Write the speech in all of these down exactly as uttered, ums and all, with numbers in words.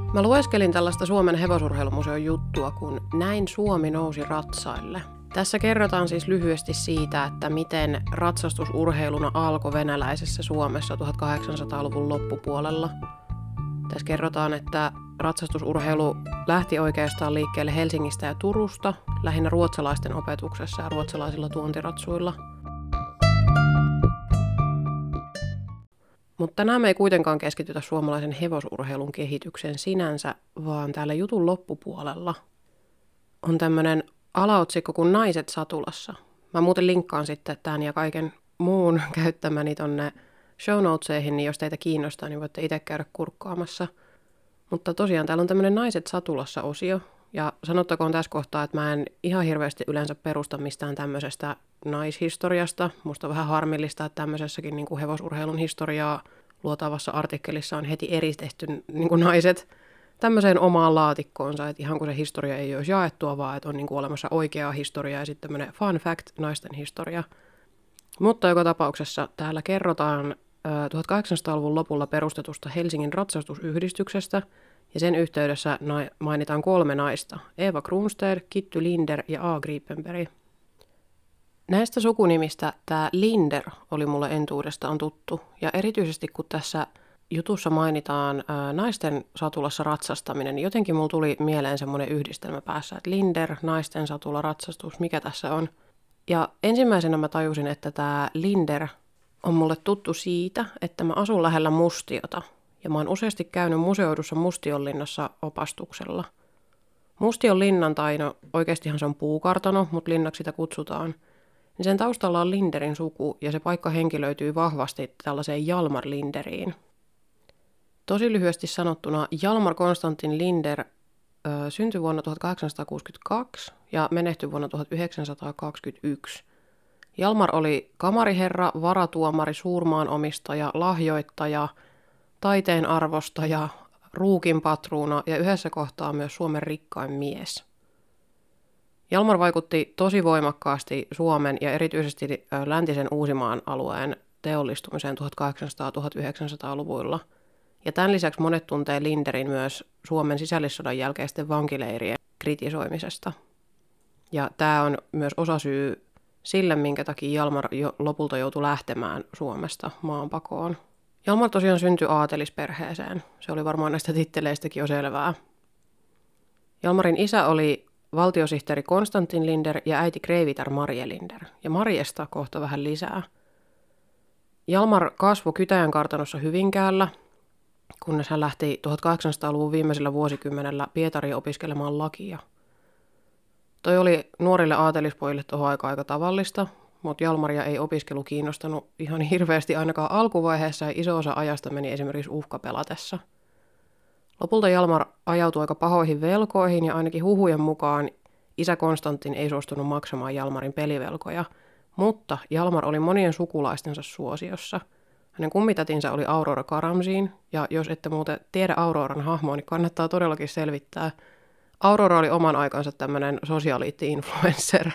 Mä lueskelin tällaista Suomen hevosurheilumuseon juttua, kun Näin Suomi nousi ratsaille. Tässä kerrotaan siis lyhyesti siitä, että miten ratsastusurheiluna alkoi venäläisessä Suomessa tuhatkahdeksansataaluvun loppupuolella. Tässä kerrotaan, että ratsastusurheilu lähti oikeastaan liikkeelle Helsingistä ja Turusta, lähinnä ruotsalaisten opetuksessa ja ruotsalaisilla tuontiratsuilla. Mutta tänään me ei kuitenkaan keskitytä suomalaisen hevosurheilun kehitykseen sinänsä, vaan täällä jutun loppupuolella on tämmöinen alaotsikko kuin Naiset satulassa. Mä muuten linkkaan sitten tämän ja kaiken muun käyttämäni tonne show notesihin, niin jos teitä kiinnostaa, niin voitte itse käydä kurkkaamassa. Mutta tosiaan täällä on tämmöinen Naiset satulassa -osio. Ja sanottakoon tässä kohtaa, että mä en ihan hirveästi yleensä perusta mistään tämmöisestä naishistoriasta. Musta on vähän harmillista, että tämmöisessäkin niin kuin hevosurheilun historiaa luotaavassa artikkelissa on heti eristetty niin kuin naiset tämmöiseen omaan laatikkoonsa, että ihan kun se historia ei olisi jaettua, vaan että on niin kuin olemassa oikea historia ja sitten tämmöinen fun fact naisten historia. Mutta joka tapauksessa täällä kerrotaan tuhatkahdeksansataaluvun lopulla perustetusta Helsingin ratsastusyhdistyksestä, ja sen yhteydessä mainitaan kolme naista, Eva Kronstedt, Kitty Linder ja A. Gripenberg. Näistä sukunimistä tämä Linder oli mulle entuudestaan tuttu, ja erityisesti kun tässä jutussa mainitaan ää, naisten satulassa ratsastaminen, niin jotenkin mulla tuli mieleen semmoinen yhdistelmä päässä, että Linder, naisten satula, ratsastus, mikä tässä on. Ja ensimmäisenä mä tajusin, että tämä Linder on mulle tuttu siitä, että mä asun lähellä Mustiota, ja mä oon useasti käynyt museoidussa Mustionlinnassa opastuksella. Mustion linnan, tai no oikeastihan se on puukartano, mutta linnaksi sitä kutsutaan, niin sen taustalla on Linderin suku, ja se paikka henkilöityy vahvasti tällaiseen Jalmar Linderiin. Tosi lyhyesti sanottuna Jalmar Konstantin Linder ö, syntyi vuonna tuhatkahdeksansataakuusikymmentäkaksi ja menehtyi vuonna tuhatyhdeksänsataakaksikymmentäyksi. Jalmar oli kamariherra, varatuomari, suurmaanomistaja, lahjoittaja, taiteen arvostaja, ruukinpatruuna ja yhdessä kohtaa myös Suomen rikkain mies. Jalmar vaikutti tosi voimakkaasti Suomen ja erityisesti läntisen Uusimaan alueen teollistumiseen tuhatkahdeksansataa-tuhatyhdeksänsataaluvuilla. Ja tämän lisäksi monet tuntee Linderin myös Suomen sisällissodan jälkeisten vankileirien kritisoimisesta. Ja tämä on myös osasyy sille, minkä takia Jalmar jo lopulta joutui lähtemään Suomesta maanpakoon. Jalmar tosiaan syntyi aatelisperheeseen. Se oli varmaan näistä titteleistäkin jo selvää. Jalmarin isä oli valtiosihteeri Konstantin Linder ja äiti kreivitar Marie Linder. Ja Mariesta kohta vähän lisää. Jalmar kasvoi Kytäjän kartanossa Hyvinkäällä, kunnes hän lähti tuhatkahdeksansataaluvun viimeisellä vuosikymmenellä Pietariin opiskelemaan lakia. Toi oli nuorille aatelispojille tuohon aikaan aika tavallista, mutta Jalmaria ei opiskelu kiinnostanut ihan hirveästi ainakaan alkuvaiheessa, ja iso osa ajasta meni esimerkiksi uhkapelatessa. Lopulta Jalmar ajautui aika pahoihin velkoihin, ja ainakin huhujen mukaan isä Konstantin ei suostunut maksamaan Jalmarin pelivelkoja, mutta Jalmar oli monien sukulaistensa suosiossa. Hänen kummitätinsä oli Aurora Karamzin, ja jos ette muuten tiedä Auroran hahmoa, niin kannattaa todellakin selvittää. Aurora oli oman aikansa tämmöinen sosiaaliitti-influencer.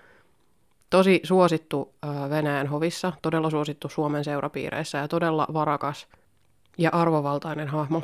Tosi suosittu äh, Venäjän hovissa, todella suosittu Suomen seurapiireissä ja todella varakas ja arvovaltainen hahmo.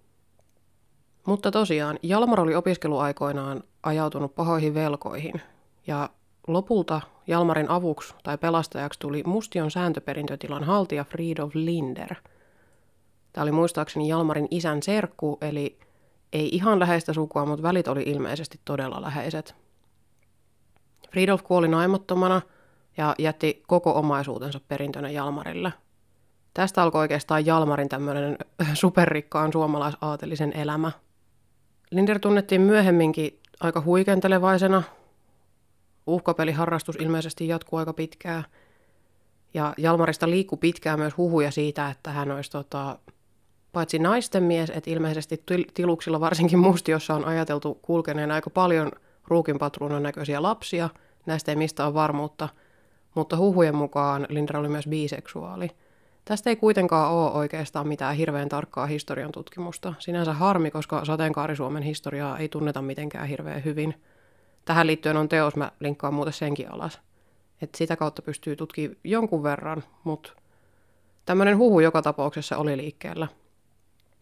Mutta tosiaan, Jalmar oli opiskeluaikoinaan ajautunut pahoihin velkoihin, ja lopulta Jalmarin avuksi tai pelastajaksi tuli Mustion sääntöperintötilan haltija Fridolf Linder. Tämä oli muistaakseni Jalmarin isän serkku, eli ei ihan läheistä sukua, mutta välit oli ilmeisesti todella läheiset. Fridolf kuoli naimattomana ja jätti koko omaisuutensa perintönä Jalmarille. Tästä alkoi oikeastaan Jalmarin tämmöinen superrikkaan suomalaisaatelisen elämä. Linder tunnettiin myöhemminkin aika huikentelevaisena. Uhkapeliharrastus ilmeisesti jatkuu aika pitkään. Ja Jalmarista liikkui pitkään myös huhuja siitä, että hän olisi tota, paitsi naisten mies, että ilmeisesti tiluksilla varsinkin Mustiossa on ajateltu kulkeneen aika paljon ruukinpatruunan näköisiä lapsia. Näistä ei mistään ole varmuutta, mutta huhujen mukaan Linder oli myös biseksuaali. Tästä ei kuitenkaan ole oikeastaan mitään hirveän tarkkaa historian tutkimusta. Sinänsä harmi, koska Sateenkaari-Suomen historiaa ei tunneta mitenkään hirveän hyvin. Tähän liittyen on teos, mä linkkaan muuten senkin alas. Et sitä kautta pystyy tutkimaan jonkun verran, mutta tämmöinen huhu joka tapauksessa oli liikkeellä.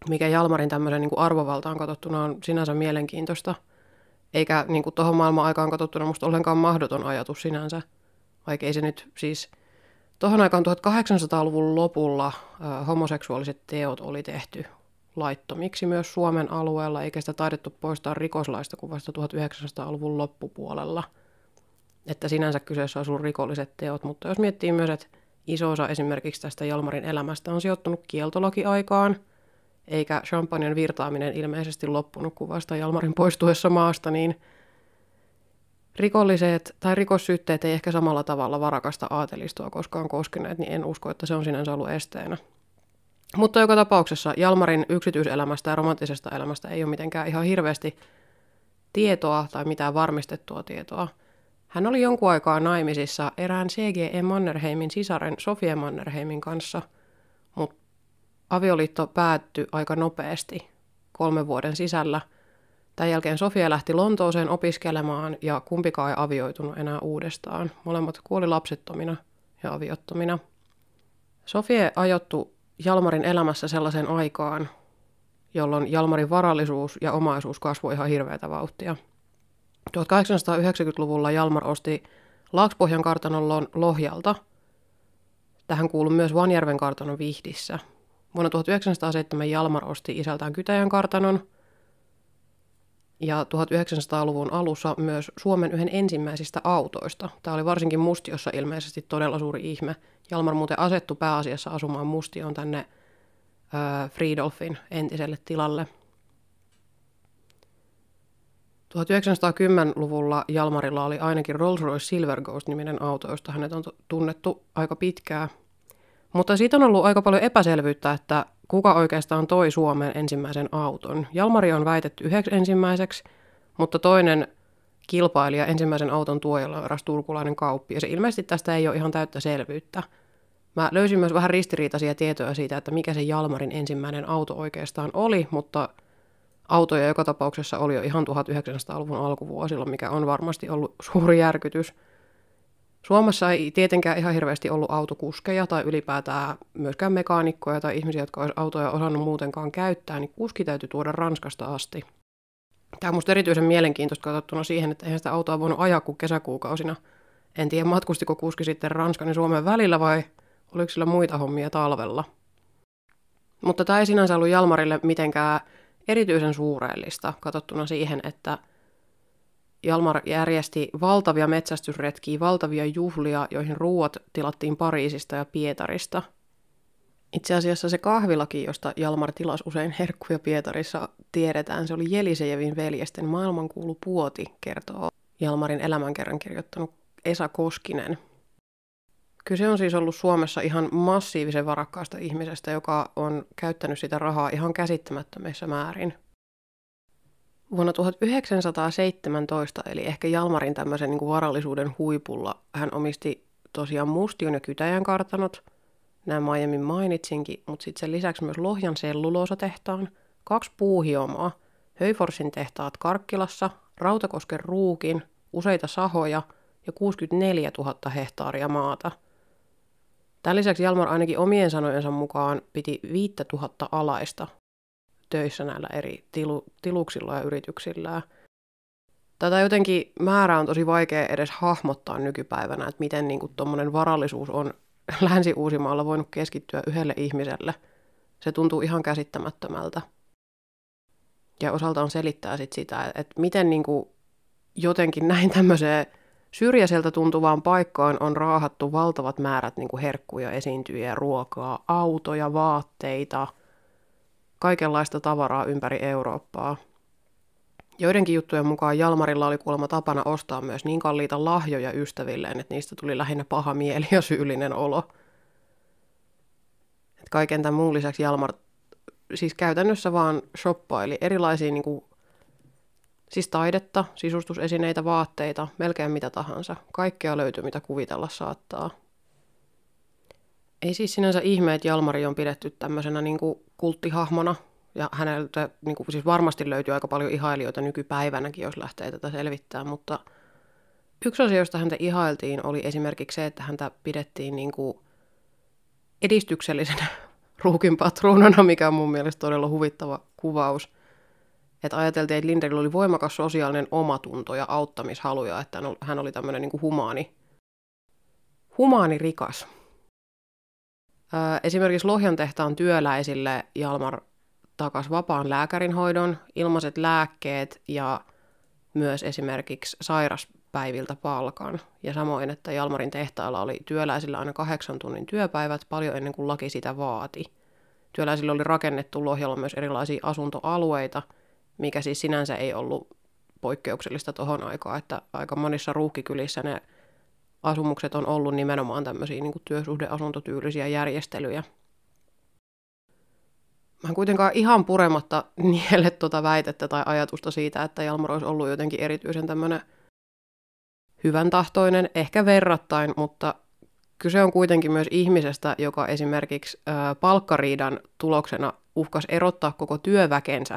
mikä Jalmarin tämmöisen niin kuin arvovaltaan katsottuna on sinänsä mielenkiintoista. Eikä niin kuin tuohon maailman aikaan katsottuna musta ollenkaan mahdoton ajatus sinänsä. Vaikka ei se nyt siis... Tuohon aikaan tuhatkahdeksansataaluvun lopulla äh, homoseksuaaliset teot oli tehty laittomiksi myös Suomen alueella, eikä sitä taidettu poistaa rikoslaista kuin vasta tuhatyhdeksänsataaluvun loppupuolella. Että sinänsä kyseessä on ollut rikolliset teot, mutta jos miettii myös, että iso osa esimerkiksi tästä Jalmarin elämästä on sijoittunut kieltolakiaikaan, eikä champagnen virtaaminen ilmeisesti loppunut kuin vasta Jalmarin poistuessa maasta, niin rikolliset tai rikossyytteet ei ehkä samalla tavalla varakasta aatelistoa koskaan koskeneet, niin en usko, että se on sinänsä ollut esteenä. Mutta joka tapauksessa Jalmarin yksityiselämästä ja romanttisesta elämästä ei ole mitenkään ihan hirveästi tietoa tai mitään varmistettua tietoa. Hän oli jonkun aikaa naimisissa erään C G E Mannerheimin sisaren Sofie Mannerheimin kanssa, mutta avioliitto päättyi aika nopeasti, kolmen vuoden sisällä. Tämän jälkeen Sofia lähti Lontooseen opiskelemaan ja kumpikaan ei avioitunut enää uudestaan. Molemmat kuoli lapsettomina ja aviottomina. Sofie ajoittui Jalmarin elämässä sellaiseen aikaan, jolloin Jalmarin varallisuus ja omaisuus kasvoi ihan hirveätä vauhtia. tuhatkahdeksansataayhdeksänkymmentäluvulla Jalmar osti Laakspohjan kartanon Lohjalta. Tähän kuului myös Vanjärven kartanon Vihdissä. Vuonna tuhatyhdeksänsataaseitsemän Jalmar osti isältään Kytäjän kartanon. Ja tuhatyhdeksänsataaluvun alussa myös Suomen yhden ensimmäisistä autoista. Tämä oli varsinkin Mustiossa ilmeisesti todella suuri ihme. Jalmar muuten asettui pääasiassa asumaan Mustioon tänne äh, Fridolfin entiselle tilalle. tuhatyhdeksänsataakymmenluvulla Jalmarilla oli ainakin Rolls-Royce Silver Ghost-niminen auto, josta hänet on tunnettu aika pitkään. Mutta siitä on ollut aika paljon epäselvyyttä, että kuka oikeastaan toi Suomeen ensimmäisen auton. Jalmari on väitetty yhdeksi ensimmäiseksi, mutta toinen kilpailija ensimmäisen auton tuojalla on eräs turkulainen kauppi, ja se ilmeisesti tästä ei ole ihan täyttä selvyyttä. Mä löysin myös vähän ristiriitaisia tietoja siitä, että mikä se Jalmarin ensimmäinen auto oikeastaan oli, mutta autoja joka tapauksessa oli jo ihan tuhatyhdeksänsataaluvun alkuvuosilla, mikä on varmasti ollut suuri järkytys. Suomessa ei tietenkään ihan hirveästi ollut autokuskeja tai ylipäätään myöskään mekaanikkoja tai ihmisiä, jotka olisi autoja osannut muutenkaan käyttää, niin kuski täytyy tuoda Ranskasta asti. Tämä on musta erityisen mielenkiintoista katsottuna siihen, että eihän sitä autoa voinut ajaa kuin kesäkuukausina. En tiedä, matkustiko kuski sitten Ranskan ja Suomen välillä vai oliko sillä muita hommia talvella. Mutta tämä ei sinänsä ollut Jalmarille mitenkään erityisen suureellista katsottuna siihen, että Jalmar järjesti valtavia metsästysretkiä, valtavia juhlia, joihin ruuat tilattiin Pariisista ja Pietarista. Itse asiassa se kahvilaki, josta Jalmar tilasi usein herkkuja Pietarissa, tiedetään, se oli Jelisejevin veljesten maailmankuulu puoti, kertoo Jalmarin elämänkerran kirjoittanut Esa Koskinen. Kyse on siis ollut Suomessa ihan massiivisen varakkaasta ihmisestä, joka on käyttänyt sitä rahaa ihan käsittämättömissä määrin. Vuonna tuhatyhdeksänsataaseitsemäntoista, eli ehkä Jalmarin tämmöisen niin kuin varallisuuden huipulla, hän omisti tosiaan Mustion ja Kytäjän kartanot. Nämä mä aiemmin mainitsinkin, mutta sitten sen lisäksi myös Lohjan selluloosatehtaan, kaksi puuhiomaa, Höjforsin tehtaat Karkkilassa, Rautakosken Ruukin, useita sahoja ja kuusikymmentäneljätuhatta hehtaaria maata. Tämän lisäksi Jalmar ainakin omien sanojensa mukaan piti viisituhatta alaista töissä näillä eri tilu, tiluksilla ja yrityksillä. Tätä jotenkin määrää on tosi vaikea edes hahmottaa nykypäivänä, että miten niin kuin tuommoinen varallisuus on Länsi-Uusimaalla voinut keskittyä yhdelle ihmiselle. Se tuntuu ihan käsittämättömältä. Ja osaltaan selittää sit sitä, että miten niin kuin jotenkin näin tämmöiseen syrjäiseltä tuntuvaan paikkaan on raahattu valtavat määrät niin kuin herkkuja, esiintyjiä, ruokaa, autoja, vaatteita, kaikenlaista tavaraa ympäri Eurooppaa. Joidenkin juttujen mukaan Jalmarilla oli kuulemma tapana ostaa myös niin kalliita lahjoja ystävilleen, että niistä tuli lähinnä paha mieli ja syyllinen olo. Et kaiken tämän muun lisäksi Jalmar siis käytännössä vaan shoppaili erilaisia niin kuin, siis taidetta, sisustusesineitä, vaatteita, melkein mitä tahansa. Kaikkea löytyy, mitä kuvitella saattaa. Ei siis sinänsä ihme, että Jalmari on pidetty tämmöisenä niin kuin kulttihahmona. Ja häneltä niin kuin, siis varmasti löytyy aika paljon ihailijoita nykypäivänäkin, jos lähtee tätä selvittämään. Mutta yksi asia, josta häntä ihailtiin, oli esimerkiksi se, että häntä pidettiin niin kuin edistyksellisenä ruukin patruunana, mikä on mun mielestä todella huvittava kuvaus. Että ajateltiin, että Linderillä oli voimakas sosiaalinen omatunto ja auttamishalu, ja että hän oli tämmöinen niin kuin humaani, humaani rikas. Öö, esimerkiksi Lohjan tehtaan työläisille Jalmar takas vapaan lääkärinhoidon, ilmaiset lääkkeet ja myös esimerkiksi sairaspäiviltä palkan. Ja samoin, että Jalmarin tehtaalla oli työläisillä aina kahdeksan tunnin työpäivät paljon ennen kuin laki sitä vaati. Työläisille oli rakennettu Lohjalla myös erilaisia asuntoalueita, mikä siis sinänsä ei ollut poikkeuksellista tohon aikaan, että aika monissa ruuhkikylissä ne asumukset on ollut nimenomaan tämmöisiä niin kuin työsuhdeasuntotyylisiä järjestelyjä. Mä en kuitenkaan ihan purematta niele tuota väitettä tai ajatusta siitä, että Jalmar olisi ollut jotenkin erityisen tämmöinen hyvän tahtoinen, ehkä verrattain, mutta kyse on kuitenkin myös ihmisestä, joka esimerkiksi ö, palkkariidan tuloksena uhkasi erottaa koko työväkensä.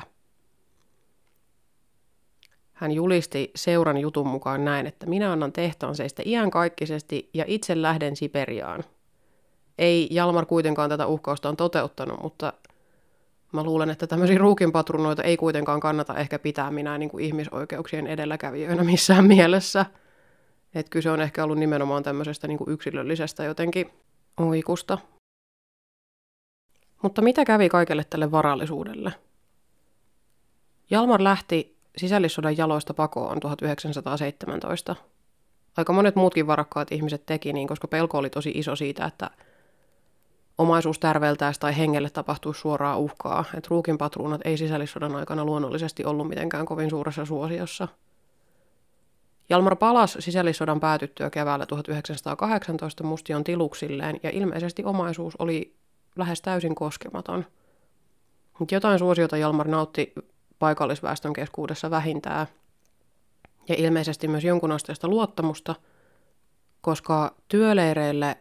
Hän julisti seuran jutun mukaan näin, että minä annan tehtaan seistä iankaikkisesti ja itse lähden Siperiaan. Ei Jalmar kuitenkaan tätä uhkaustaan toteuttanut, mutta mä luulen, että tämmöisiä ruukinpatruunoita ei kuitenkaan kannata ehkä pitää minä niin kuin ihmisoikeuksien edelläkävijöinä missään mielessä. Että kyse on ehkä ollut nimenomaan tämmöisestä niin kuin yksilöllisestä jotenkin oikusta. Mutta mitä kävi kaikelle tälle varallisuudelle? Jalmar lähti sisällissodan jaloista pakoon tuhatyhdeksänsataaseitsemäntoista. Aika monet muutkin varakkaat ihmiset teki niin, koska pelko oli tosi iso siitä, että omaisuus tärveltäisi tai hengelle tapahtuisi suoraa uhkaa. Et ruukinpatruunat ei sisällissodan aikana luonnollisesti ollut mitenkään kovin suuressa suosiossa. Jalmar palasi sisällissodan päätyttyä keväällä tuhatyhdeksänsataakahdeksantoista Mustion tiluksilleen ja ilmeisesti omaisuus oli lähes täysin koskematon. Mut jotain suosiota Jalmar nautti paikallisväestön keskuudessa vähintään ja ilmeisesti myös jonkun asteesta luottamusta, koska työleireille,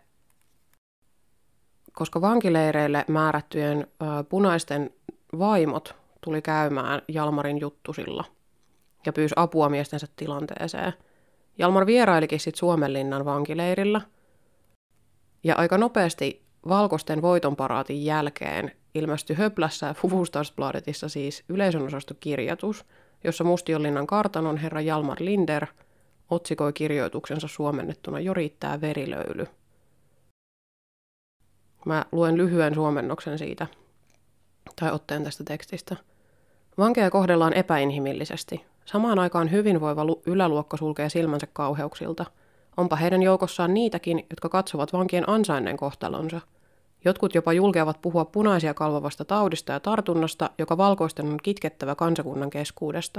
koska vankileireille määrättyjen ö, punaisten vaimot tuli käymään Jalmarin juttusilla ja pyysi apua miestensä tilanteeseen. Jalmar vierailikin sitten Suomenlinnan vankileirillä ja aika nopeasti valkoisten voitonparaatin jälkeen ilmestyi Höplässä Hufvudstadsbladetissa siis yleisönosastokirjoitus, jossa Mustionlinnan kartanon herra Jalmar Linder otsikoi kirjoituksensa suomennettuna Jo riittää verilöyly. Mä luen lyhyen suomennoksen siitä, tai otteen tästä tekstistä. Vankeja kohdellaan epäinhimillisesti. Samaan aikaan hyvinvoiva yläluokka sulkee silmänsä kauheuksilta. Onpa heidän joukossaan niitäkin, jotka katsovat vankien ansainneen kohtalonsa. Jotkut jopa julkeavat puhua punaisia kalvavasta taudista ja tartunnasta, joka valkoisten on kitkettävä kansakunnan keskuudesta.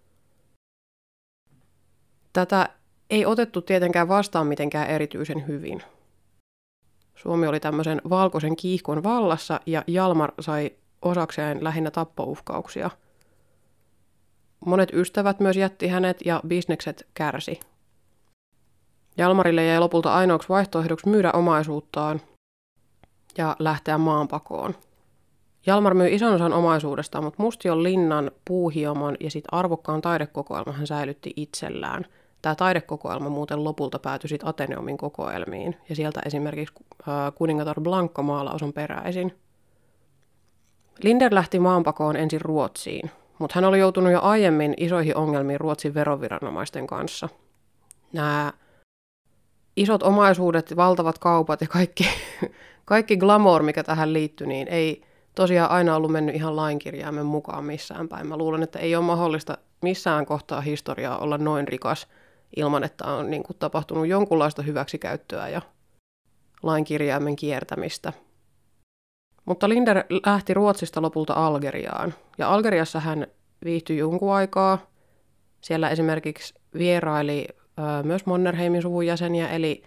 Tätä ei otettu tietenkään vastaan mitenkään erityisen hyvin. Suomi oli tämmöisen valkoisen kiihkon vallassa ja Jalmar sai osakseen lähinnä tappouhkauksia. Monet ystävät myös jätti hänet ja bisnekset kärsi. Jalmarille jäi lopulta ainoaksi vaihtoehdoksi myydä omaisuuttaan ja lähteä maanpakoon. Jalmar myi ison osan omaisuudestaan, mutta Mustion linnan, puuhiomon ja sitten arvokkaan taidekokoelman hän säilytti itsellään. Tämä taidekokoelma muuten lopulta päätyi sitten Ateneumin kokoelmiin, ja sieltä esimerkiksi äh, kuningatar Blankko-maalaus on peräisin. Linder lähti maanpakoon ensin Ruotsiin, mutta hän oli joutunut jo aiemmin isoihin ongelmiin Ruotsin veroviranomaisten kanssa. Nämä isot omaisuudet, valtavat kaupat ja kaikki, kaikki glamour, mikä tähän liittyi, niin ei tosiaan aina ollut mennyt ihan lainkirjaimen mukaan missään päin. Mä luulen, että ei ole mahdollista missään kohtaa historiaa olla noin rikas ilman, että on niin kuin tapahtunut jonkunlaista hyväksikäyttöä ja lainkirjaimen kiertämistä. Mutta Linder lähti Ruotsista lopulta Algeriaan, ja Algeriassa hän viihtyi jonkun aikaa. Siellä esimerkiksi vieraili ö, myös Mannerheimin suvun jäseniä, eli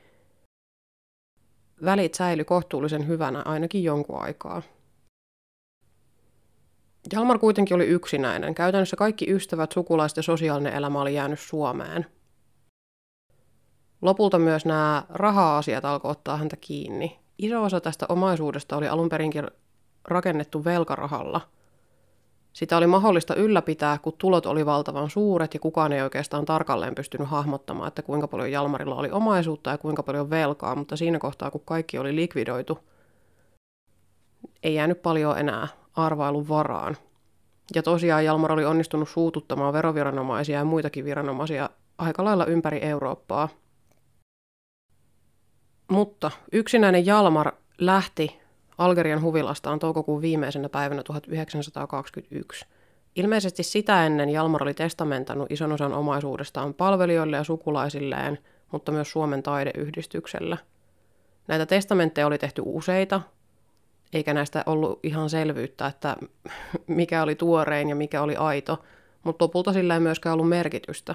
välit säilyi kohtuullisen hyvänä ainakin jonkun aikaa. Jalmar kuitenkin oli yksinäinen. Käytännössä kaikki ystävät, sukulaiset ja sosiaalinen elämä oli jäänyt Suomeen. Lopulta myös nämä raha-asiat alkoi ottaa häntä kiinni. Iso osa tästä omaisuudesta oli alun perinkin rakennettu velkarahalla. Sitä oli mahdollista ylläpitää, kun tulot oli valtavan suuret ja kukaan ei oikeastaan tarkalleen pystynyt hahmottamaan, että kuinka paljon Jalmarilla oli omaisuutta ja kuinka paljon velkaa, mutta siinä kohtaa, kun kaikki oli likvidoitu, ei jäänyt paljon enää arvailun varaan. Ja tosiaan Jalmar oli onnistunut suututtamaan veroviranomaisia ja muitakin viranomaisia aika lailla ympäri Eurooppaa. Mutta yksinäinen Jalmar lähti Algerian huvilastaan toukokuun viimeisenä päivänä tuhatyhdeksänsataakaksikymmentäyksi. Ilmeisesti sitä ennen Jalmar oli testamentannut ison osan omaisuudestaan palvelijoille ja sukulaisilleen, mutta myös Suomen taideyhdistyksellä. Näitä testamentteja oli tehty useita, eikä näistä ollut ihan selvyyttä, että mikä oli tuorein ja mikä oli aito, mutta lopulta sillä ei myöskään ollut merkitystä.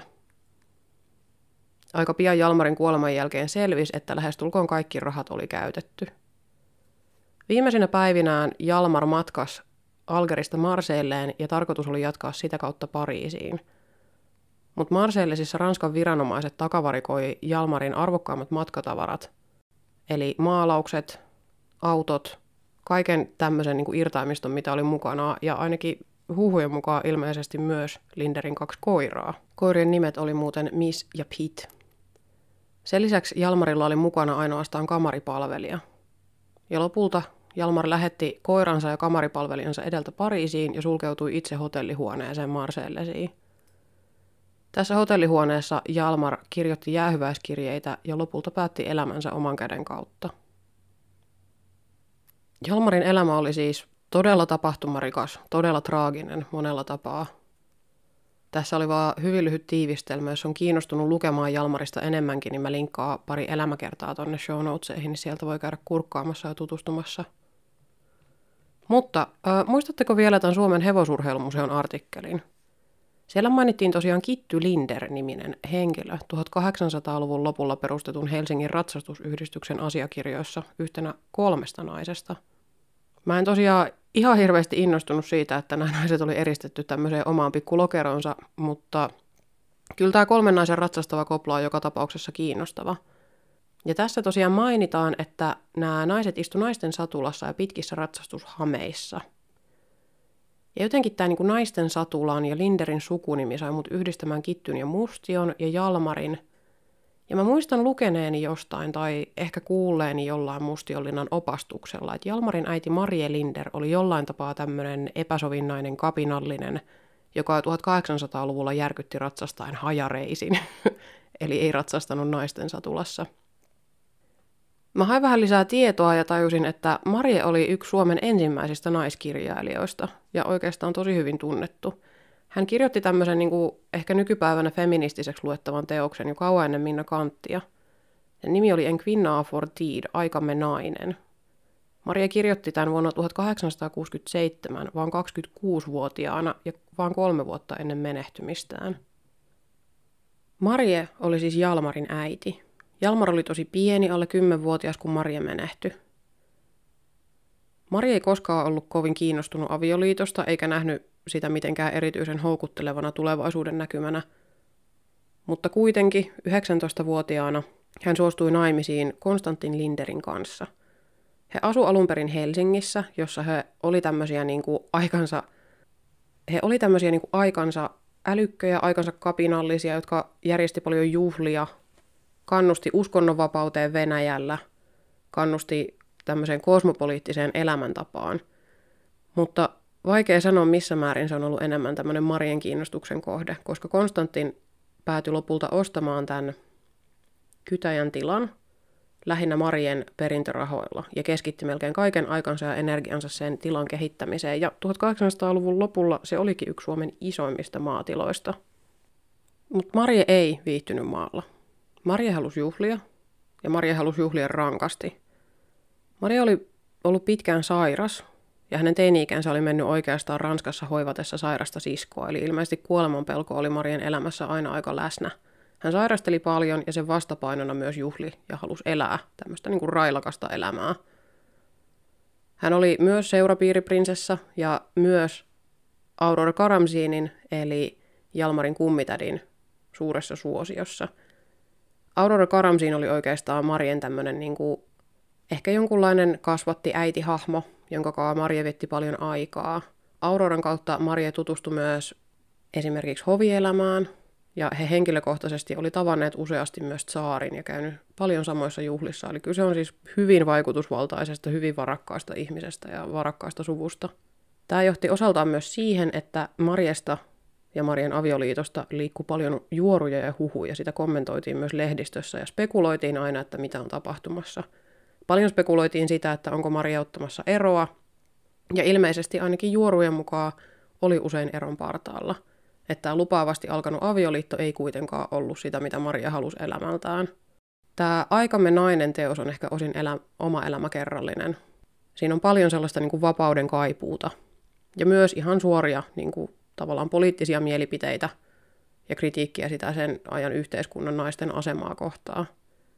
Aika pian Jalmarin kuoleman jälkeen selvisi, että lähestulkoon kaikki rahat oli käytetty. Viimeisinä päivinään Jalmar matkasi Algerista Marseilleen ja tarkoitus oli jatkaa sitä kautta Pariisiin. Mutta Marseillesissa Ranskan viranomaiset takavarikoi Jalmarin arvokkaimmat matkatavarat, eli maalaukset, autot, kaiken tämmöisen niin kuin irtaimiston, mitä oli mukana, ja ainakin huhujen mukaan ilmeisesti myös Linderin kaksi koiraa. Koirien nimet oli muuten Miss ja Pete. Sen lisäksi Jalmarilla oli mukana ainoastaan kamaripalvelija. Ja lopulta Jalmar lähetti koiransa ja kamaripalvelijansa edeltä Pariisiin ja sulkeutui itse hotellihuoneeseen Marseillesiin. Tässä hotellihuoneessa Jalmar kirjoitti jäähyväiskirjeitä ja lopulta päätti elämänsä oman käden kautta. Jalmarin elämä oli siis todella tapahtumarikas, todella traaginen monella tapaa. Tässä oli vaan hyvin lyhyt tiivistelmä. Jos on kiinnostunut lukemaan Jalmarista enemmänkin, niin mä linkkaan pari elämäkertaa tonne show notesihin, niin sieltä voi käydä kurkkaamassa ja tutustumassa. Mutta äh, muistatteko vielä tämän Suomen hevosurheilumuseon artikkelin? Siellä mainittiin tosiaan Kitty Linder-niminen henkilö tuhatkahdeksansataaluvun lopulla perustetun Helsingin ratsastusyhdistyksen asiakirjoissa yhtenä kolmesta naisesta. Mä en tosiaan ihan hirveästi innostunut siitä, että nämä naiset oli eristetty tämmöiseen omaan pikkulokeronsa, mutta kyllä tämä kolmen naisen ratsastava kopla on joka tapauksessa kiinnostava. Ja tässä tosiaan mainitaan, että nämä naiset istu naisten satulassa ja pitkissä ratsastushameissa. Ja jotenkin tämä niin kuin naisten satulan ja Linderin sukunimi sai mut yhdistämään Kittyn ja Mustion ja Jalmarin. Ja mä muistan lukeneeni jostain tai ehkä kuulleeni jollain Mustionlinnan opastuksella, että Jalmarin äiti Marie Linder oli jollain tapaa tämmöinen epäsovinnainen kapinallinen, joka tuhatkahdeksansataaluvulla järkytti ratsastaen hajareisin, eli ei ratsastanut naisten satulassa. Mä hain vähän lisää tietoa ja tajusin, että Marie oli yksi Suomen ensimmäisistä naiskirjailijoista ja oikeastaan tosi hyvin tunnettu. Hän kirjoitti tämmöisen niin kuin ehkä nykypäivänä feministiseksi luettavan teoksen jo kauan ennen Minna Canttia. Sen nimi oli En kvinna for tid, aikamme nainen. Marie kirjoitti tämän vuonna tuhatkahdeksansataakuusikymmentäseitsemän, vaan kaksikymmentäkuusivuotiaana ja vaan kolme vuotta ennen menehtymistään. Marie oli siis Jalmarin äiti. Jalmar oli tosi pieni, alle kymmenvuotias, kun Marie menehtyi. Marie ei koskaan ollut kovin kiinnostunut avioliitosta, eikä nähnyt sitä mitenkään erityisen houkuttelevana tulevaisuuden näkymänä. Mutta kuitenkin yhdeksäntoistavuotiaana hän suostui naimisiin Konstantin Linderin kanssa. He asu alun perin Helsingissä, jossa he oli tämmöisiä niin kuin aikansa, he oli tämmöisiä niin kuin aikansa älykköjä, aikansa kapinallisia, jotka järjesti paljon juhlia, kannusti uskonnonvapauteen Venäjällä, kannusti tämmöiseen kosmopoliittiseen elämäntapaan. Mutta vaikea sanoa, missä määrin se on ollut enemmän tämmöinen Marien kiinnostuksen kohde, koska Konstantin päätyi lopulta ostamaan tämän kytäjän tilan lähinnä Marien perintörahoilla ja keskitti melkein kaiken aikansa ja energiansa sen tilan kehittämiseen. Ja tuhatkahdeksansataaluvun lopulla se olikin yksi Suomen isoimmista maatiloista. Mutta Marie ei viihtynyt maalla. Marie halusi juhlia ja Marie halusi juhlia rankasti. Marie oli ollut pitkään sairas ja hänen teini-ikänsä oli mennyt oikeastaan Ranskassa hoivatessa sairasta siskoa, eli ilmeisesti kuolemanpelko oli Marien elämässä aina aika läsnä. Hän sairasteli paljon ja sen vastapainona myös juhli ja halusi elää tämmöistä niin kuin railakasta elämää. Hän oli myös seurapiiriprinsessa ja myös Aurore Karamzinin eli Jalmarin kummitädin suuressa suosiossa. Aurore Karamzin oli oikeastaan Marien tämmöinen niin kuin ehkä jonkunlainen kasvatti äitihahmo, jonka kanssa Marie vietti paljon aikaa. Auroren kautta Marie tutustui myös esimerkiksi hovielämään Ja he henkilökohtaisesti oli tavanneet useasti myös tsaarin ja käynyt paljon samoissa juhlissa. Eli kyse on siis hyvin vaikutusvaltaisesta, hyvin varakkaasta ihmisestä ja varakkaasta suvusta. Tämä johti osaltaan myös siihen, että Marjesta ja Marien avioliitosta liikkui paljon juoruja ja huhuja. Sitä kommentoitiin myös lehdistössä ja spekuloitiin aina, että mitä on tapahtumassa. Paljon spekuloitiin sitä, että onko Maria ottamassa eroa. Ja ilmeisesti ainakin juorujen mukaan oli usein eron partaalla. Että tämä lupaavasti alkanut avioliitto ei kuitenkaan ollut sitä, mitä Maria halusi elämältään. Tämä Aikamme nainen teos on ehkä osin elä, oma elämäkerrallinen. Siinä on paljon sellaista niin kuin vapauden kaipuuta. Ja myös ihan suoria niin kuin, tavallaan poliittisia mielipiteitä ja kritiikkiä sitä sen ajan yhteiskunnan naisten asemaa kohtaan.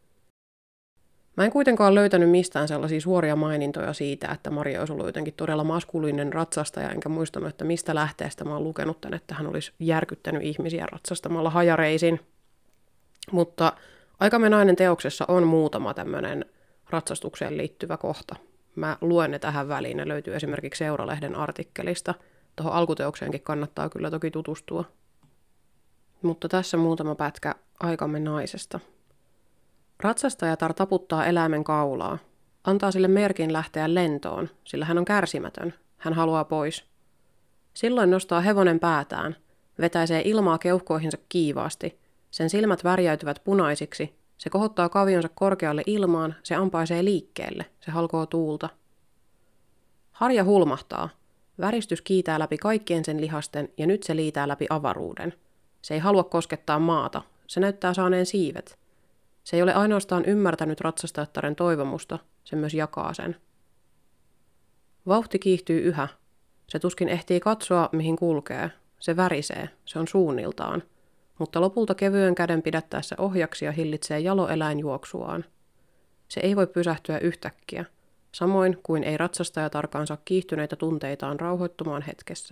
Mä en kuitenkaan löytänyt mistään sellaisia suoria mainintoja siitä, että Maria olisi ollut jotenkin todella maskuliininen ratsastaja, enkä muistanut, että mistä lähteestä mä oon lukenut tän, että hän olisi järkyttänyt ihmisiä ratsastamalla hajareisin. Mutta Aikamme nainen teoksessa on muutama tämmöinen ratsastukseen liittyvä kohta. Mä luen ne tähän väliin, ne löytyy esimerkiksi Seura-lehden artikkelista. Tuohon alkuteokseenkin kannattaa kyllä toki tutustua. Mutta tässä muutama pätkä Aikamme naisesta. Ratsastajatar taputtaa eläimen kaulaa. Antaa sille merkin lähteä lentoon, sillä hän on kärsimätön. Hän haluaa pois. Silloin nostaa hevonen päätään, vetäisee ilmaa keuhkoihinsa kiivaasti. Sen silmät värjäytyvät punaisiksi. Se kohottaa kavionsa korkealle ilmaan, se ampaisee liikkeelle, se halkoo tuulta. Harja hulmahtaa. Väristys kiitää läpi kaikkien sen lihasten ja nyt se liitää läpi avaruuden. Se ei halua koskettaa maata, se näyttää saaneen siivet. Se ei ole ainoastaan ymmärtänyt ratsastajattaren toivomusta, se myös jakaa sen. Vauhti kiihtyy yhä. Se tuskin ehtii katsoa, mihin kulkee. Se värisee, se on suunniltaan. Mutta lopulta kevyen käden pidättäessä ohjaksia hillitsee jaloeläin juoksuaan. Se ei voi pysähtyä yhtäkkiä, samoin kuin ei ratsastajatarkaan saa kiihtyneitä tunteitaan rauhoittumaan hetkessä.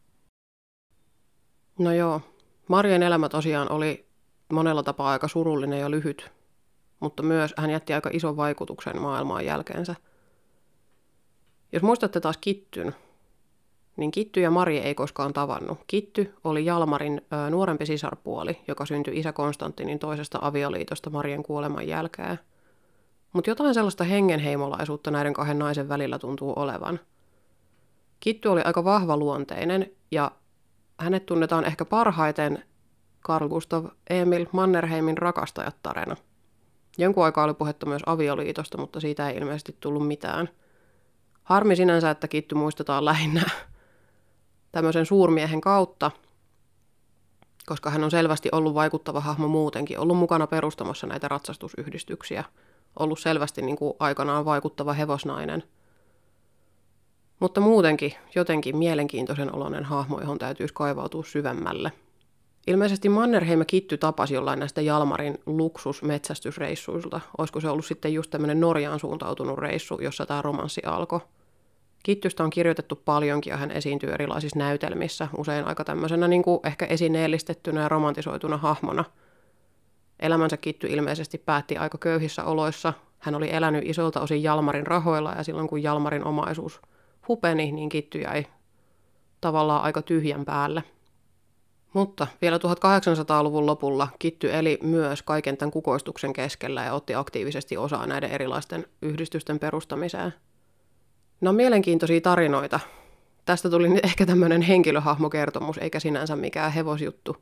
No joo, Marien elämä tosiaan oli monella tapaa aika surullinen ja lyhyt, mutta myös hän jätti aika ison vaikutuksen maailmaan jälkeensä. Jos muistatte taas Kittyn, niin Kitty ja Marie ei koskaan tavannut. Kitty oli Jalmarin ö, nuorempi sisarpuoli, joka syntyi isä Konstantinin toisesta avioliitosta Marien kuoleman jälkeen. Mutta jotain sellaista hengenheimolaisuutta näiden kahden naisen välillä tuntuu olevan. Kitty oli aika vahva luonteinen ja hänet tunnetaan ehkä parhaiten Carl Gustav Emil Mannerheimin rakastajattarena. Jonkun aikaa oli puhetta myös avioliitosta, mutta siitä ei ilmeisesti tullut mitään. Harmi sinänsä, että Kitty muistetaan lähinnä tämmöisen suurmiehen kautta, koska hän on selvästi ollut vaikuttava hahmo muutenkin, ollut mukana perustamassa näitä ratsastusyhdistyksiä, ollut selvästi niin kuin aikanaan vaikuttava hevosnainen. Mutta muutenkin jotenkin mielenkiintoisen oloinen hahmo, johon täytyisi kaivautua syvemmälle. Ilmeisesti Mannerheim ja Kitty tapasi jollain näistä Jalmarin luksusmetsästysreissuilta. Olisiko se ollut sitten just tämmöinen Norjaan suuntautunut reissu, jossa tämä romanssi alkoi. Kittystä on kirjoitettu paljonkin ja hän esiintyy erilaisissa näytelmissä, usein aika tämmöisenä niin kuin ehkä esineellistettynä ja romantisoituna hahmona. Elämänsä Kitty ilmeisesti päätti aika köyhissä oloissa. Hän oli elänyt isolta osin Jalmarin rahoilla ja silloin kun Jalmarin omaisuus hupeni, niin Kitty jäi tavallaan aika tyhjän päälle. Mutta vielä tuhatkahdeksansataaluvun lopulla Kitty eli myös kaiken tämän kukoistuksen keskellä ja otti aktiivisesti osaa näiden erilaisten yhdistysten perustamiseen. No mielenkiintoisia tarinoita. Tästä tuli nyt ehkä tämmöinen henkilöhahmokertomus, eikä sinänsä mikään hevosjuttu.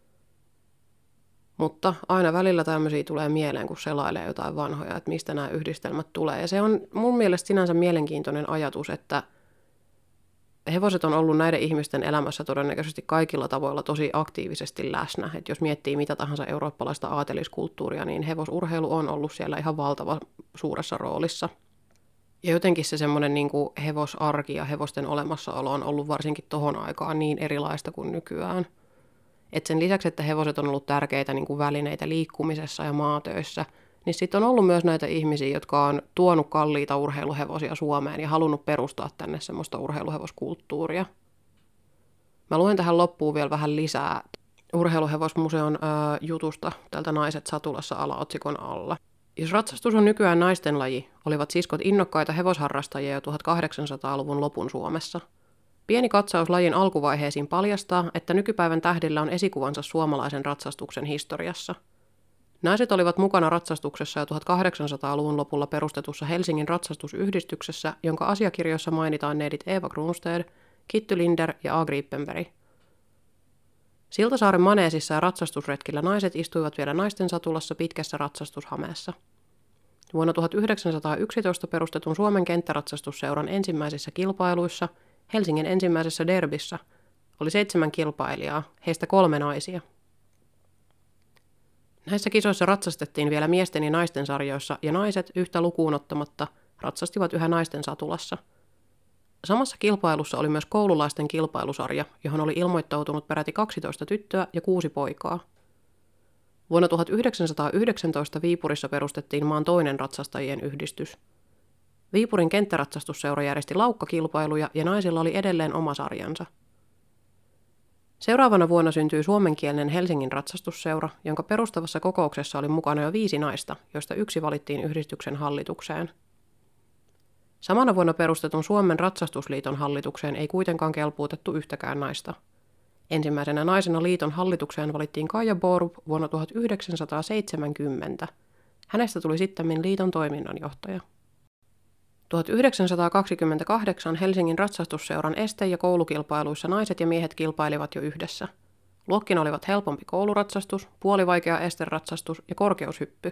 Mutta aina välillä tämmöisiä tulee mieleen, kun selailee jotain vanhoja, että mistä nämä yhdistelmät tulee. Ja se on mun mielestä sinänsä mielenkiintoinen ajatus, että hevoset on ollut näiden ihmisten elämässä todennäköisesti kaikilla tavoilla tosi aktiivisesti läsnä. Että jos miettii mitä tahansa eurooppalaista aateliskulttuuria, niin hevosurheilu on ollut siellä ihan valtava suuressa roolissa. Ja jotenkin se semmoinen niin kuin hevosarki ja hevosten olemassaolo on ollut varsinkin tohon aikaan niin erilaista kuin nykyään. Et sen lisäksi, että hevoset on ollut tärkeitä niin kuin välineitä liikkumisessa ja maatöissä, niin sitten on ollut myös näitä ihmisiä, jotka on tuonut kalliita urheiluhevosia Suomeen ja halunnut perustaa tänne semmoista urheiluhevoskulttuuria. Mä luen tähän loppuun vielä vähän lisää Urheiluhevosmuseon ää, jutusta tältä Naiset satulassa alaotsikon alla. Jos ratsastus on nykyään naisten laji, olivat siskot innokkaita hevosharrastajia jo tuhatkahdeksansataaluvun lopun Suomessa. Pieni katsaus lajin alkuvaiheisiin paljastaa, että nykypäivän tähdillä on esikuvansa suomalaisen ratsastuksen historiassa. Naiset olivat mukana ratsastuksessa jo tuhatkahdeksansataaluvun lopulla perustetussa Helsingin ratsastusyhdistyksessä, jonka asiakirjoissa mainitaan neidit Eva Kronstedt, Kitty Linder ja A. Gripenberg. Siltasaaren maneesissa ja ratsastusretkillä naiset istuivat vielä naisten satulassa pitkässä ratsastushameessa. Vuonna tuhatyhdeksänsataayksitoista perustetun Suomen kenttäratsastusseuran ensimmäisissä kilpailuissa, Helsingin ensimmäisessä derbissä, oli seitsemän kilpailijaa, heistä kolme naisia. Näissä kisoissa ratsastettiin vielä miesten ja naisten sarjoissa, ja naiset yhtä lukuun ottamatta ratsastivat yhä naisten satulassa. Samassa kilpailussa oli myös koululaisten kilpailusarja, johon oli ilmoittautunut peräti kaksitoista tyttöä ja kuusi poikaa. Vuonna tuhatyhdeksänsataayhdeksäntoista Viipurissa perustettiin maan toinen ratsastajien yhdistys. Viipurin kenttäratsastusseura järjesti laukkakilpailuja ja naisilla oli edelleen oma sarjansa. Seuraavana vuonna syntyi suomenkielinen Helsingin ratsastusseura, jonka perustavassa kokouksessa oli mukana jo viisi naista, joista yksi valittiin yhdistyksen hallitukseen. Samana vuonna perustetun Suomen ratsastusliiton hallitukseen ei kuitenkaan kelpuutettu yhtäkään naista. Ensimmäisenä naisena liiton hallitukseen valittiin Kaija Borup vuonna tuhatyhdeksänsataaseitsemänkymmentä. Hänestä tuli sittemmin liiton toiminnanjohtaja. tuhatyhdeksänsataakaksikymmentäkahdeksan Helsingin ratsastusseuran este- ja koulukilpailuissa naiset ja miehet kilpailivat jo yhdessä. Luokkina olivat helpompi kouluratsastus, puolivaikea esteratsastus ja korkeushyppy.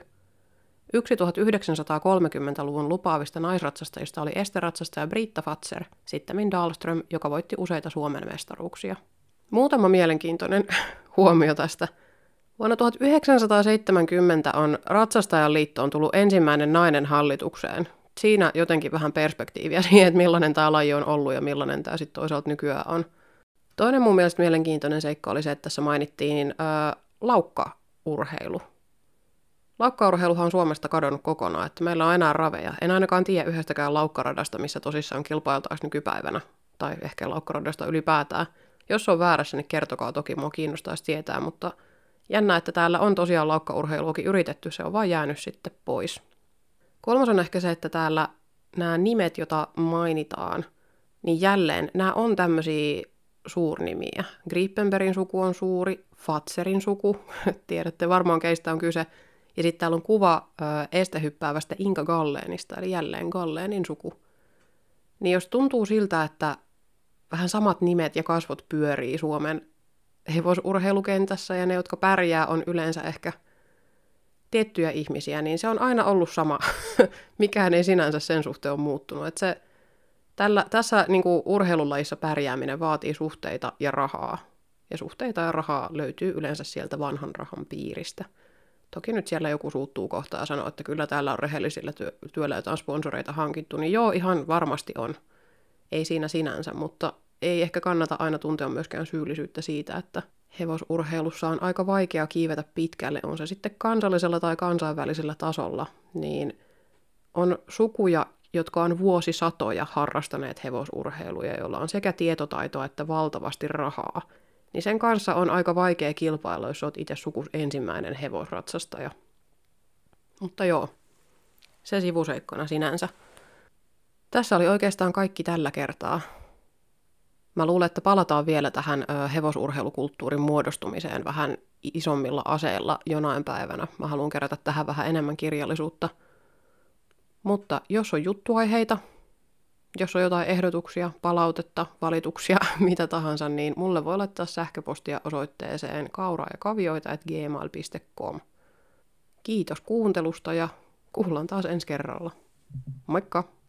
Yksi tuhatyhdeksänsataakolmekymmentäluvun lupaavista naisratsastajista oli esteratsastaja Britta Fatser, sittemmin Dahlström, joka voitti useita Suomen mestaruuksia. Muutama mielenkiintoinen huomio tästä. Vuonna tuhatyhdeksänsataaseitsemänkymmentä on Ratsastajan liittoon tullut ensimmäinen nainen hallitukseen. Siinä jotenkin vähän perspektiiviä siihen, että millainen tämä laji on ollut ja millainen tämä sitten toisaalta nykyään on. Toinen mun mielestä mielenkiintoinen seikka oli se, että tässä mainittiin ää, laukkaurheilu. Laukkaurheiluhan on Suomesta kadonnut kokonaan, että meillä on enää raveja. En ainakaan tiedä yhdestäkään laukkaradasta, missä tosissaan kilpailtaisiin nykypäivänä. Tai ehkä laukkaradasta ylipäätään. Jos on väärässä, niin kertokaa toki, mua kiinnostaisi tietää, mutta jännä, että täällä on tosiaan laukkaurheiluakin yritetty, se on vaan jäänyt sitten pois. Kolmas on ehkä se, että täällä nämä nimet, joita mainitaan, niin jälleen nämä on tämmöisiä suurnimiä. Gripenbergin suku on suuri, Fatserin suku, tiedätte varmaan keistä on kyse. Ja sitten täällä on kuva ö, estehyppäävästä Inka Galleenista, eli jälleen Galleenin suku. Niin jos tuntuu siltä, että vähän samat nimet ja kasvot pyörii Suomen hevosurheilukentässä, ja ne, jotka pärjää, on yleensä ehkä tiettyjä ihmisiä, niin se on aina ollut sama. Mikään ei sinänsä sen suhteen ole muuttunut. Et se, tällä, tässä niin kuin urheilulajissa pärjääminen vaatii suhteita ja rahaa. Ja suhteita ja rahaa löytyy yleensä sieltä vanhan rahan piiristä. Toki nyt siellä joku suuttuu kohta ja sanoo, että kyllä täällä on rehellisillä työ, työllä jotain sponsoreita hankittu, niin joo, ihan varmasti on. Ei siinä sinänsä, mutta ei ehkä kannata aina tuntea myöskään syyllisyyttä siitä, että hevosurheilussa on aika vaikea kiivetä pitkälle, on se sitten kansallisella tai kansainvälisellä tasolla, niin on sukuja, jotka on vuosisatoja harrastaneet hevosurheiluja, joilla on sekä tietotaitoa että valtavasti rahaa. Niin sen kanssa on aika vaikea kilpailla, jos olet itse sukus ensimmäinen hevosratsastaja. Mutta joo, se sivuseikkona sinänsä. Tässä oli oikeastaan kaikki tällä kertaa. Mä luulen, että palataan vielä tähän ö, hevosurheilukulttuurin muodostumiseen vähän isommilla aseilla jonain päivänä. Mä haluan kerätä tähän vähän enemmän kirjallisuutta. Mutta jos on juttuaiheita, jos on jotain ehdotuksia, palautetta, valituksia, mitä tahansa, niin mulle voi laittaa sähköpostia osoitteeseen kauraajakavioita at gmail piste com. Kiitos kuuntelusta ja kuullaan taas ensi kerralla. Moikka!